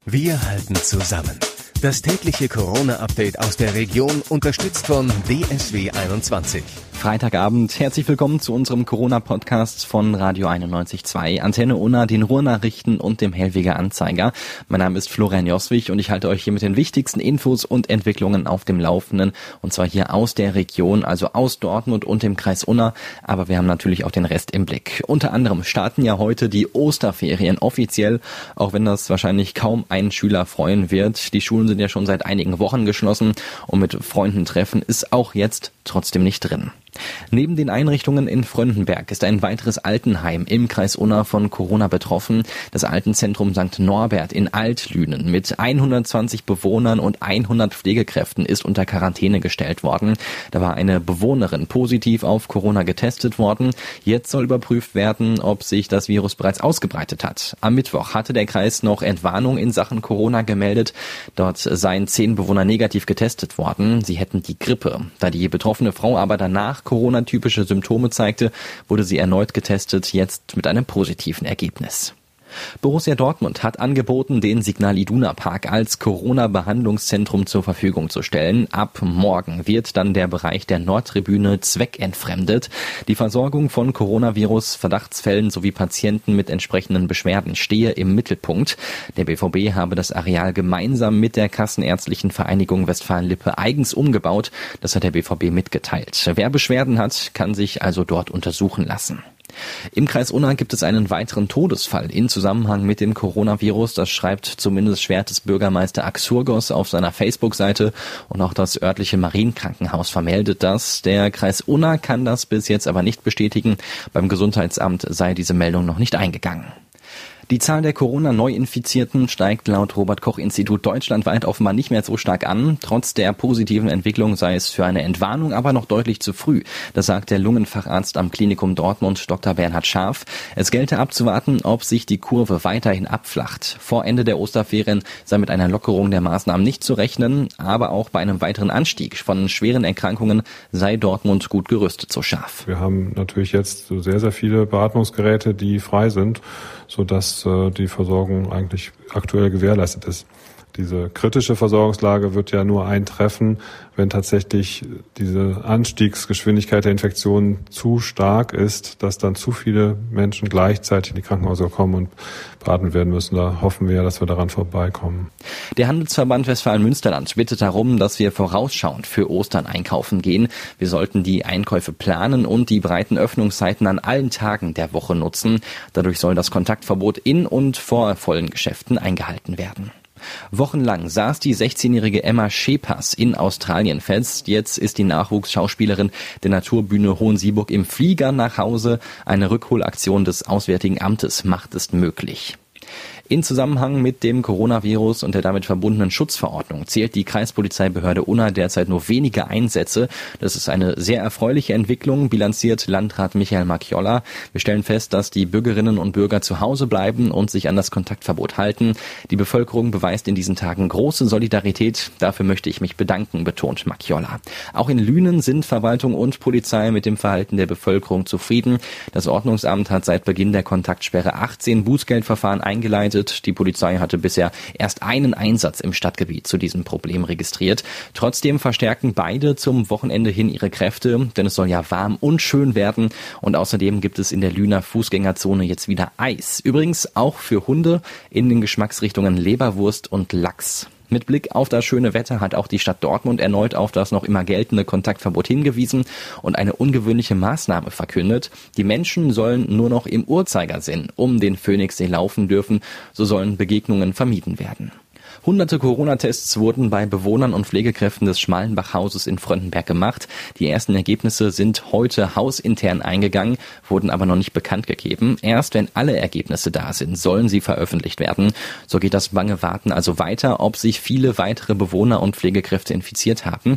Wir halten zusammen. Das tägliche Corona-Update aus der Region, unterstützt von DSW 21. Freitagabend, herzlich willkommen zu unserem Corona-Podcast von Radio 91.2, Antenne Unna, den Ruhrnachrichten und dem Hellweger Anzeiger. Mein Name ist Florian Joswig und ich halte euch hier mit den wichtigsten Infos und Entwicklungen auf dem Laufenden. Und zwar hier aus der Region, also aus Dortmund und dem Kreis Unna. Aber wir haben natürlich auch den Rest im Blick. Unter anderem starten ja heute die Osterferien offiziell, auch wenn das wahrscheinlich kaum einen Schüler freuen wird. Die Schulen sind ja schon seit einigen Wochen geschlossen und mit Freunden treffen ist auch jetzt trotzdem nicht drin. Neben den Einrichtungen in Fröndenberg ist ein weiteres Altenheim im Kreis Unna von Corona betroffen. Das Altenzentrum St. Norbert in Altlünen mit 120 Bewohnern und 100 Pflegekräften ist unter Quarantäne gestellt worden. Da war eine Bewohnerin positiv auf Corona getestet worden. Jetzt soll überprüft werden, ob sich das Virus bereits ausgebreitet hat. Am Mittwoch hatte der Kreis noch Entwarnung in Sachen Corona gemeldet. Dort seien 10 Bewohner negativ getestet worden. Sie hätten die Grippe. Da die betroffene Frau aber danach Corona-typische Symptome zeigte, wurde sie erneut getestet, jetzt mit einem positiven Ergebnis. Borussia Dortmund hat angeboten, den Signal Iduna Park als Corona-Behandlungszentrum zur Verfügung zu stellen. Ab morgen wird dann der Bereich der Nordtribüne zweckentfremdet. Die Versorgung von Coronavirus-Verdachtsfällen sowie Patienten mit entsprechenden Beschwerden stehe im Mittelpunkt. Der BVB habe das Areal gemeinsam mit der Kassenärztlichen Vereinigung Westfalen-Lippe eigens umgebaut. Das hat der BVB mitgeteilt. Wer Beschwerden hat, kann sich also dort untersuchen lassen. Im Kreis Unna gibt es einen weiteren Todesfall in Zusammenhang mit dem Coronavirus. Das schreibt zumindest Schwertes Bürgermeister Axurgos auf seiner Facebook-Seite und auch das örtliche Marienkrankenhaus vermeldet das. Der Kreis Unna kann das bis jetzt aber nicht bestätigen. Beim Gesundheitsamt sei diese Meldung noch nicht eingegangen. Die Zahl der Corona-Neuinfizierten steigt laut Robert-Koch-Institut deutschlandweit offenbar nicht mehr so stark an. Trotz der positiven Entwicklung sei es für eine Entwarnung aber noch deutlich zu früh. Das sagt der Lungenfacharzt am Klinikum Dortmund, Dr. Bernhard Scharf. Es gelte abzuwarten, ob sich die Kurve weiterhin abflacht. Vor Ende der Osterferien sei mit einer Lockerung der Maßnahmen nicht zu rechnen, aber auch bei einem weiteren Anstieg von schweren Erkrankungen sei Dortmund gut gerüstet, so Scharf. Wir haben natürlich jetzt so sehr, sehr viele Beatmungsgeräte, die frei sind, sodass die Versorgung eigentlich aktuell gewährleistet ist. Diese kritische Versorgungslage wird ja nur eintreffen, wenn tatsächlich diese Anstiegsgeschwindigkeit der Infektion zu stark ist, dass dann zu viele Menschen gleichzeitig in die Krankenhäuser kommen und beatmet werden müssen. Da hoffen wir, dass wir daran vorbeikommen. Der Handelsverband Westfalen-Münsterland bittet darum, dass wir vorausschauend für Ostern einkaufen gehen. Wir sollten die Einkäufe planen und die breiten Öffnungszeiten an allen Tagen der Woche nutzen. Dadurch soll das Kontaktverbot in und vor vollen Geschäften eingehalten werden. Wochenlang saß die 16-jährige Emma Schepers in Australien fest. Jetzt ist die Nachwuchsschauspielerin der Naturbühne Hohensieburg im Flieger nach Hause. Eine Rückholaktion des Auswärtigen Amtes macht es möglich. In Zusammenhang mit dem Coronavirus und der damit verbundenen Schutzverordnung zählt die Kreispolizeibehörde Unna derzeit nur wenige Einsätze. Das ist eine sehr erfreuliche Entwicklung, bilanziert Landrat Michael Macchiolla. Wir stellen fest, dass die Bürgerinnen und Bürger zu Hause bleiben und sich an das Kontaktverbot halten. Die Bevölkerung beweist in diesen Tagen große Solidarität. Dafür möchte ich mich bedanken, betont Macchiolla. Auch in Lünen sind Verwaltung und Polizei mit dem Verhalten der Bevölkerung zufrieden. Das Ordnungsamt hat seit Beginn der Kontaktsperre 18 Bußgeldverfahren eingeleitet. Die Polizei hatte bisher erst einen Einsatz im Stadtgebiet zu diesem Problem registriert. Trotzdem verstärken beide zum Wochenende hin ihre Kräfte, denn es soll ja warm und schön werden. Und außerdem gibt es in der Lüner Fußgängerzone jetzt wieder Eis. Übrigens auch für Hunde in den Geschmacksrichtungen Leberwurst und Lachs. Mit Blick auf das schöne Wetter hat auch die Stadt Dortmund erneut auf das noch immer geltende Kontaktverbot hingewiesen und eine ungewöhnliche Maßnahme verkündet. Die Menschen sollen nur noch im Uhrzeigersinn um den Phoenixsee laufen dürfen, so sollen Begegnungen vermieden werden. Hunderte Corona-Tests wurden bei Bewohnern und Pflegekräften des Schmalenbach-Hauses in Fröndenberg gemacht. Die ersten Ergebnisse sind heute hausintern eingegangen, wurden aber noch nicht bekannt gegeben. Erst wenn alle Ergebnisse da sind, sollen sie veröffentlicht werden. So geht das bange Warten also weiter, ob sich viele weitere Bewohner und Pflegekräfte infiziert haben.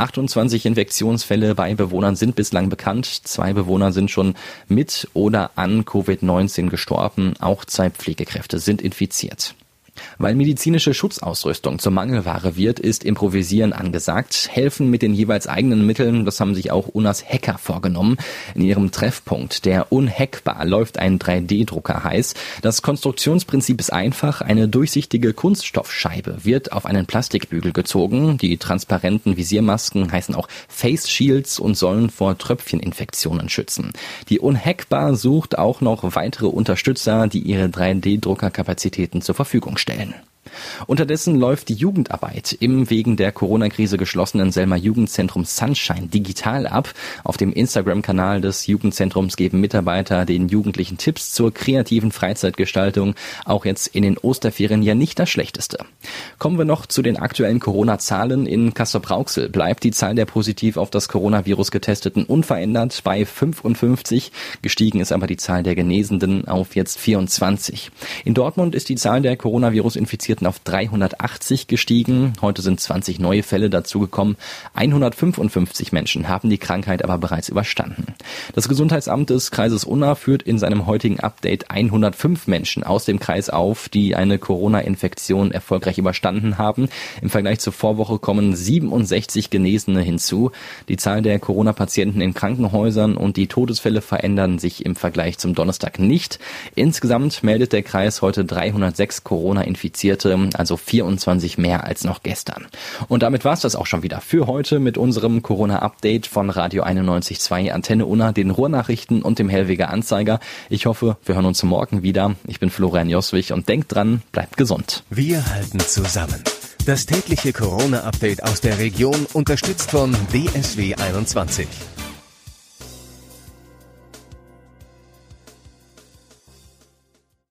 28 Infektionsfälle bei Bewohnern sind bislang bekannt. 2 Bewohner sind schon mit oder an Covid-19 gestorben. Auch 2 Pflegekräfte sind infiziert. Weil medizinische Schutzausrüstung zur Mangelware wird, ist Improvisieren angesagt. Helfen mit den jeweils eigenen Mitteln, das haben sich auch Unas Hacker vorgenommen. In ihrem Treffpunkt, der Unhackbar, läuft ein 3D-Drucker heiß. Das Konstruktionsprinzip ist einfach. Eine durchsichtige Kunststoffscheibe wird auf einen Plastikbügel gezogen. Die transparenten Visiermasken heißen auch Face Shields und sollen vor Tröpfcheninfektionen schützen. Die Unhackbar sucht auch noch weitere Unterstützer, die ihre 3D-Druckerkapazitäten zur Verfügung stellen. Unterdessen läuft die Jugendarbeit im wegen der Corona-Krise geschlossenen Selmer Jugendzentrum Sunshine digital ab. Auf dem Instagram-Kanal des Jugendzentrums geben Mitarbeiter den Jugendlichen Tipps zur kreativen Freizeitgestaltung. Auch jetzt in den Osterferien ja nicht das Schlechteste. Kommen wir noch zu den aktuellen Corona-Zahlen. In Castrop-Rauxel bleibt die Zahl der positiv auf das Coronavirus Getesteten unverändert bei 55. Gestiegen ist aber die Zahl der Genesenen auf jetzt 24. In Dortmund ist die Zahl der Coronavirus-Infizierten auf 380 gestiegen. Heute sind 20 neue Fälle dazugekommen. 155 Menschen haben die Krankheit aber bereits überstanden. Das Gesundheitsamt des Kreises Unna führt in seinem heutigen Update 105 Menschen aus dem Kreis auf, die eine Corona-Infektion erfolgreich überstanden haben. Im Vergleich zur Vorwoche kommen 67 Genesene hinzu. Die Zahl der Corona-Patienten in Krankenhäusern und die Todesfälle verändern sich im Vergleich zum Donnerstag nicht. Insgesamt meldet der Kreis heute 306 Corona-Infizierte, also 24 mehr als noch gestern. Und damit war's das auch schon wieder für heute mit unserem Corona-Update von Radio 91.2, Antenne Unna, den Ruhrnachrichten und dem Hellweger Anzeiger. Ich hoffe, wir hören uns morgen wieder. Ich bin Florian Joswig und denkt dran, bleibt gesund. Wir halten zusammen. Das tägliche Corona-Update aus der Region, unterstützt von DSW 21.